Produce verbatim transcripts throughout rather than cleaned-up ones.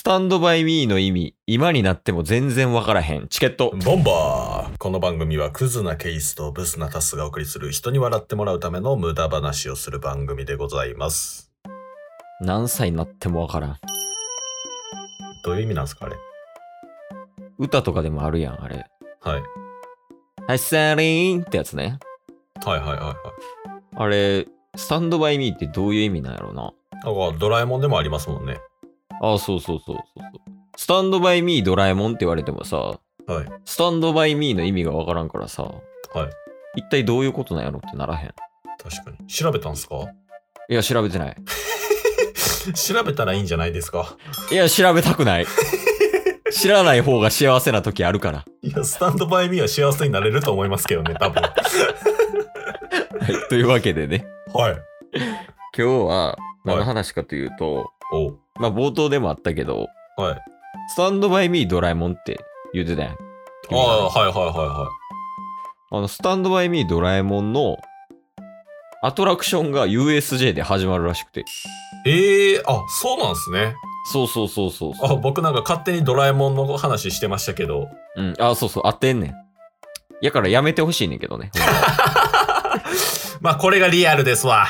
タンドバイミーの意味、今になっても全然わからへん。チケット。 ボンバー。この番組はクズなケースとブスなタスがお送りする人に笑ってもらうための無駄話をする番組でございます。 何歳になってもわからん。 どういう意味なんですかあれ。 歌とかでもあるやん、あれ。 はい。 はい、サリーンってやつね。 はいはいはいはい。 あれ、スタンドバイミーってどういう意味なんやろな。 だからドラえもんでもありますもんね。 ああ、そうそうそうそうそう。スタンドバイミードラえもんって言われてもさ、 はい。 スタンドバイミーの意味がわからんからさ、 はい。 一体どういうことなんやろってならへん。 確かに。調べたんすか？ いや、調べてない。 調べたらいいんじゃないですか？ いや、調べたくない。知らない方が幸せな時あるから。 いや、スタンドバイミーは幸せになれると思いますけどね、多分。はい、というわけでね。 はい。 今日は何の話かというと、 はい、おまあ冒頭でもあったけど、 はい。 スタンドバイミードラえもんって言ってたやん。 ああ、はいはいはいはい。 あの、スタンドバイミードラえもんのアトラクションが ユーエスジェー で始まるらしくて。 ええー、あ、そうなんすね。 そうそうそうそうそう。 あ、僕なんか勝手にドラえもんの話してましたけど。 うん、あ、そうそう、合ってんねん。やからやめてほしいねんけどね。 まあ、これがリアルですわ。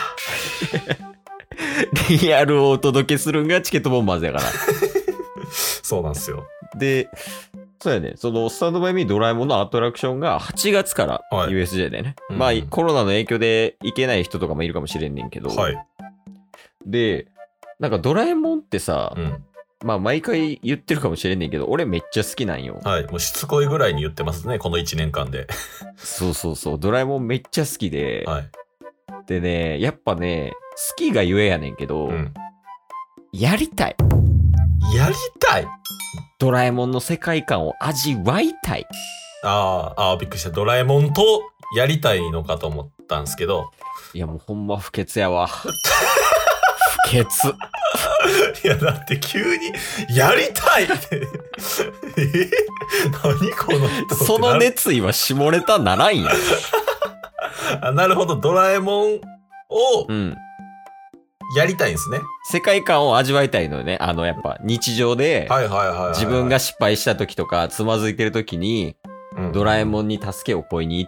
リアルをお届けするんがチケットボンバーズやから。 そうなんすよ。 で、そうやね、そのスタンドバイミードラえもんのアトラクションがはちがつから ユーエスジェー でね。はい、まあ、うん、コロナの影響で行けない人とかもいるかもしれんねんけど。 はい。 で、なんかドラえもんってさ、 うん、 まあ毎回言ってるかもしれんねんけど、俺めっちゃ好きなんよ。 はい。もうしつこいぐらいに言ってますね、このいちねんかんで。 そうそうそう。ドラえもんめっちゃ好きで。 はい。 でね、やっぱね、好きがゆえやねんけど、うん、やりたい。 やりたいドラえもんの世界観を味わいたい。 あーあー、びっくりした。ドラえもんとやりたいのかと思ったんすけど。 いやもうほんま不潔やわ。不潔。 いやだって急にやりたいってえ何この人。 その熱意は下ネタならんやん。 あ、なるほど。ドラえもんをやりたいんですね、うん。 世界観を味わいたいのよね。あのやっぱ日常で自分が失敗した時とかつまずいてる時にドラえもんに助けを請いに行って、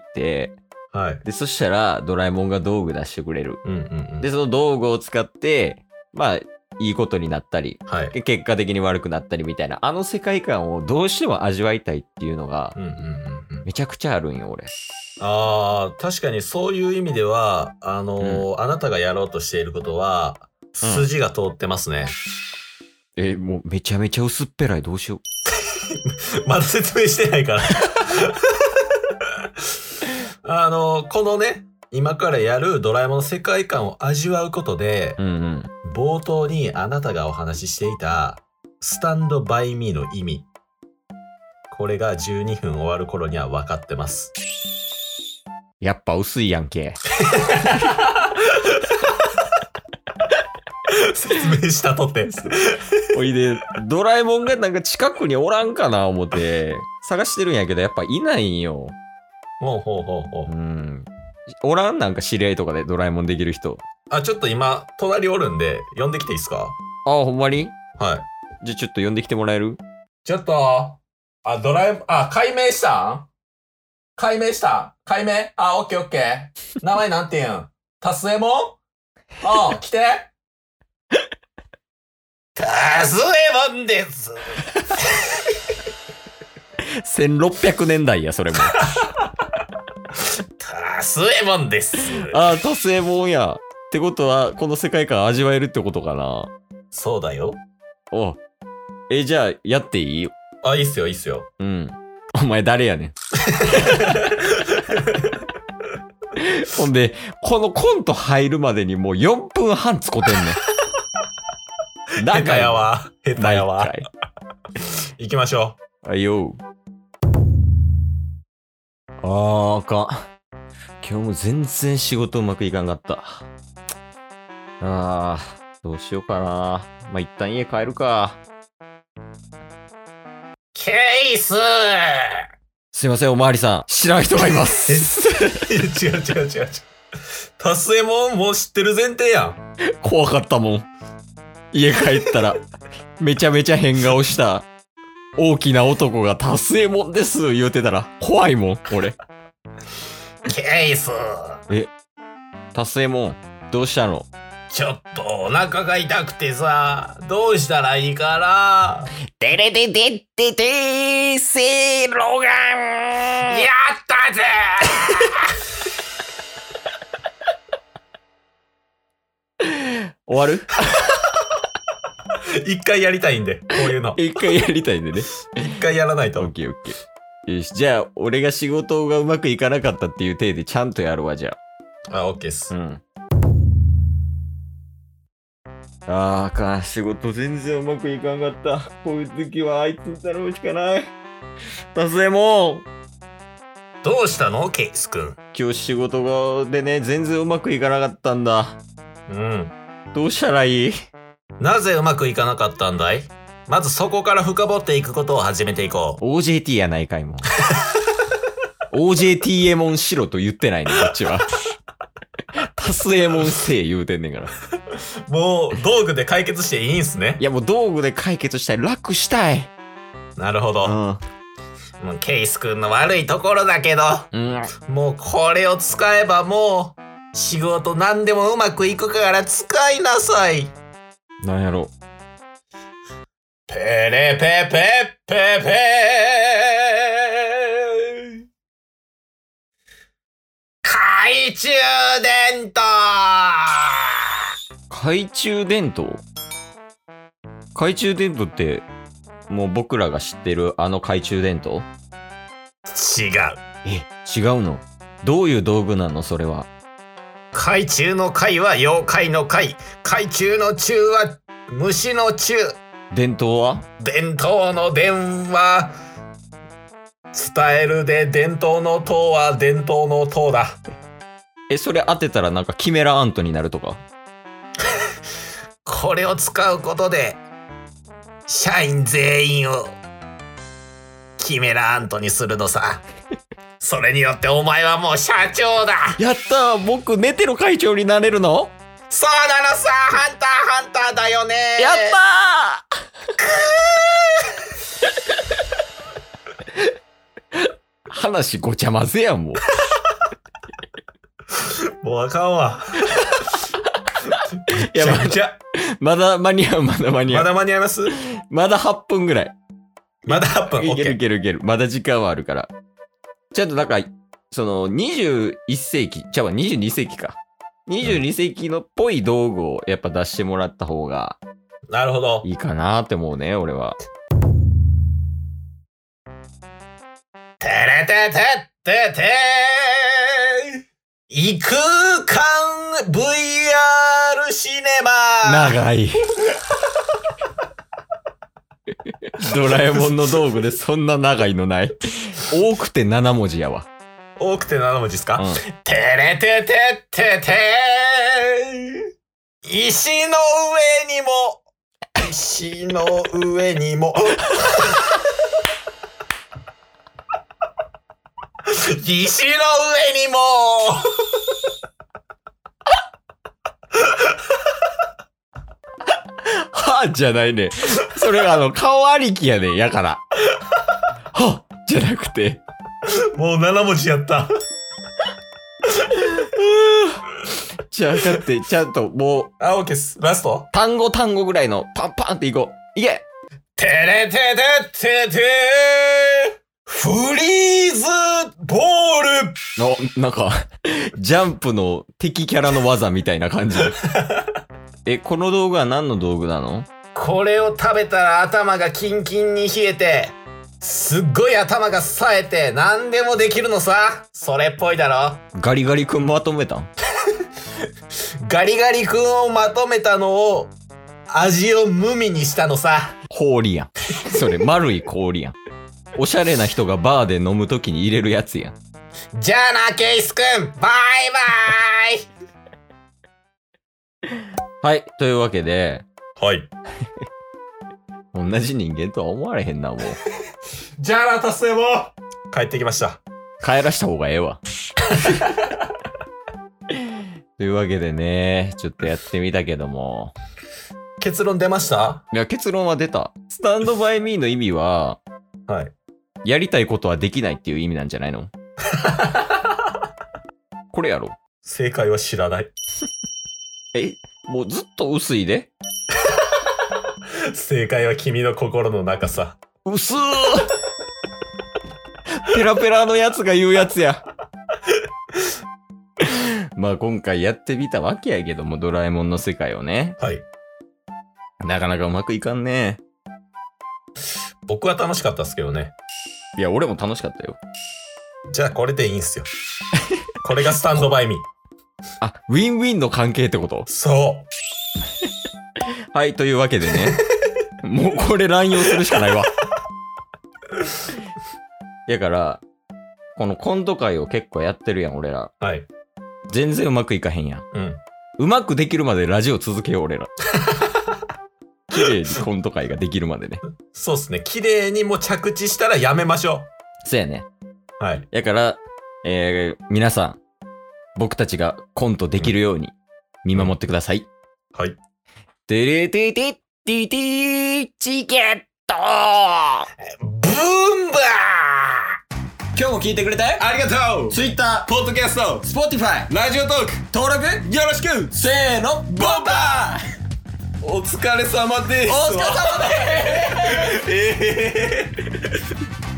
はい、 でそしたらドラえもんが道具出してくれる、 うんうんうん、 でその道具を使ってまあいいことになったり、 はい、 結果的に悪くなったりみたいなあの世界観をどうしても味わいたいっていうのがめちゃくちゃあるんよ俺。 あー、確かにそういう意味ではあのーうん、あなたがやろうとしていることは筋が通ってますね、 うん、えもうめちゃめちゃ薄っぺらい。どうしようまだ説明してないからあのー、このね今からやるドラえもんの世界観を味わうことで、 うんうん、 冒頭にあなたがお話ししていたスタンドバイミーの意味、これがじゅうにふん終わる頃には分かってます。 やっぱ薄いやんけ。 説明したとて。 おいで、ドラえもんがなんか近くにおらんかな思って探してるんやけど、やっぱいないんよ。 ほうほうほうほう。 うん。おらんなんか知り合いとかでドラえもんできる人。 あ、ちょっと今、隣おるんで、呼んできていいですか？ あ、ほんまに？ はい。 じゃあちょっと呼んできてもらえる？ ちょっと、あ、ドラえもん、あ、解明したん？解明した解明？あ、オッケーオッケー。名前なんて言うん？タスエモン？あ、来て。タスエモンです。 せんろっぴゃくねんだいや、それも。 タスエモンです。 ああ、タスエモンや。ってことは、この世界観味わえるってことかな。 そうだよ。 おえ、じゃあ、やっていいよ。 あ、いいっすよ、いいっすよ。 うん。お前誰やねん。ほんで、このコント入るまでにもうよんぷんはんつこてんねん。 下手やわ。下手やわ。行きましょう。はいよ。あー、あかん。今日も全然仕事うまくいかんかった。あー、どうしようかな。まあ、一旦家帰るか。 ケースすいません、おまわりさん。知らん人がいます。 違う違う違う違う。タスエモンもう知ってる前提やん。 怖かったもん。 家帰ったら、めちゃめちゃ変顔した大きな男が達成もんです言うてたら、怖いもん、俺。 ケイス。 え、達成もん、どうしたの？ ちょっとお腹が痛くてさ、どうしたらいいかな。 デレデデデデーセーロガン。 やったぜ終わる？ 一回やりたいんで、こういうの。 一回やりたいんでね。 一回やらないと。 オッケーオッケー。よし、じゃあ、俺が仕事がうまくいかなかったっていう体でちゃんとやるわ、じゃあ。あ、オッケーっす。 うん。あーあかん、仕事全然うまくいかんかった。こういう時はあいつに頼むしかない。達成もん。 どうしたのケイスくん。 今日仕事でね、全然うまくいかなかったんだ。 うん。 どうしたらいい？ なぜうまくいかなかったんだい？まずそこから深掘っていくことを始めていこう。 オージェーティー やないかいもん。オージェーティー エモンしろと言ってないね、こっちは。タスエモンせえ言うてんねんから。 もう道具で解決していいんすね。 いやもう道具で解決したい。楽したい。 なるほど。 うん。 もうケイスくんの悪いところだけど、 うん、 もうこれを使えばもう仕事何でもうまくいくから使いなさい。 なんやろ。 ペレペペペペ懐中電灯。 懐中電灯？懐中電灯ってもう僕らが知ってるあの懐中電灯？ 違う。 え、違うの？どういう道具なのそれは？ 懐中の懐は妖怪の怪、懐中の中は虫の中。 伝統は？ 伝統の伝は伝えるで、伝統の塔は伝統の塔だ。 え、それ当てたらなんかキメラアントになるとか？ これを使うことで社員全員をキメラアントにするのさ。それによってお前はもう社長だ。 やったー、僕ネテロ会長になれるの？ そうなのさ、ハンターハンターだよね。 やったー話ごちゃ混ぜやんもう。 もうあかんわ。 いや、まだ、まだ間に合う、まだ間に合う。 まだ間に合います？ まだはっぷんぐらい。 まだはっぷん。 いけるいけるいける。まだ時間はあるから。ちゃんとなんか、そのにじゅういっせいき、ちゃうわ、にじゅうにせいきか。にじゅうにせいきのっぽい道具をやっぱ出してもらった方が、 なるほど。 いいかなって思うね、俺は。 てれててっててー異空間 ブイアール シネマ。 長い。ドラえもんの道具でそんな長いのない。多くてななもじやわ。 多くてななもじですか？ うん、 てれててっててー石の上にも石の上にも石の上にもはぁじゃないね。それがあの顔ありきやねんやから。はっじゃなくて。 もうななもじやった。 じゃあだってちゃんともう。 あ、オッケーっす。ラスト単語単語ぐらいのパンパンっていこう。いけ。 てれててててフリーズボール。 の、なんか、ジャンプの敵キャラの技みたいな感じ。え、この道具は何の道具なの？ これを食べたら頭がキンキンに冷えて、すっごい頭が冴えて何でもできるのさ。それっぽいだろ。 ガリガリ君まとめたん？ ガリガリ君をまとめたのを味を無味にしたのさ。 氷やん。それ丸い氷やん。おしゃれな人がバーで飲むときに入れるやつやん。 じゃあな、ケイスくん。バイバーイ。はい、というわけで。 はい。 同じ人間とは思われへんな、もう。 じゃあな、達成も帰ってきました。 帰らした方がええわ。というわけでね、ちょっとやってみたけども。 結論出ました？ いや、結論は出た。スタンドバイミーの意味は、 はい。 やりたいことはできないっていう意味なんじゃないの？これやろ。 正解は知らない。 え、もうずっと薄いで。 正解は君の心の中さ。 薄ーペラペラのやつが言うやつや。まあ今回やってみたわけやけども、ドラえもんの世界をね。 はい。 なかなかうまくいかんね。 僕は楽しかったっすけどね。 いや、俺も楽しかったよ。 じゃあこれでいいんすよ。これがスタンドバイミー。 あ、ウィンウィンの関係ってこと？ そう。 はい、というわけでね。もうこれ乱用するしかないわ。やから、このコント会を結構やってるやん、俺ら。 はい。 全然うまくいかへんやん。 うん。 うまくできるまでラジオ続けよう、俺ら。綺麗にコント会ができるまでね。 そうっすね。綺麗にもう着地したらやめましょそうやね。 う。はい。 やから、えー、皆さん、僕たちがコントできるように見守ってください。 うん、はい。 てれててててーチケットブーンバー今日も聞いてくれてありがとう Twitter、 ポッドキャスト、 Spotify、 ラジオトーク、 登録よろしくせーの、ボンバーお疲れ様ですお疲れ様ですえー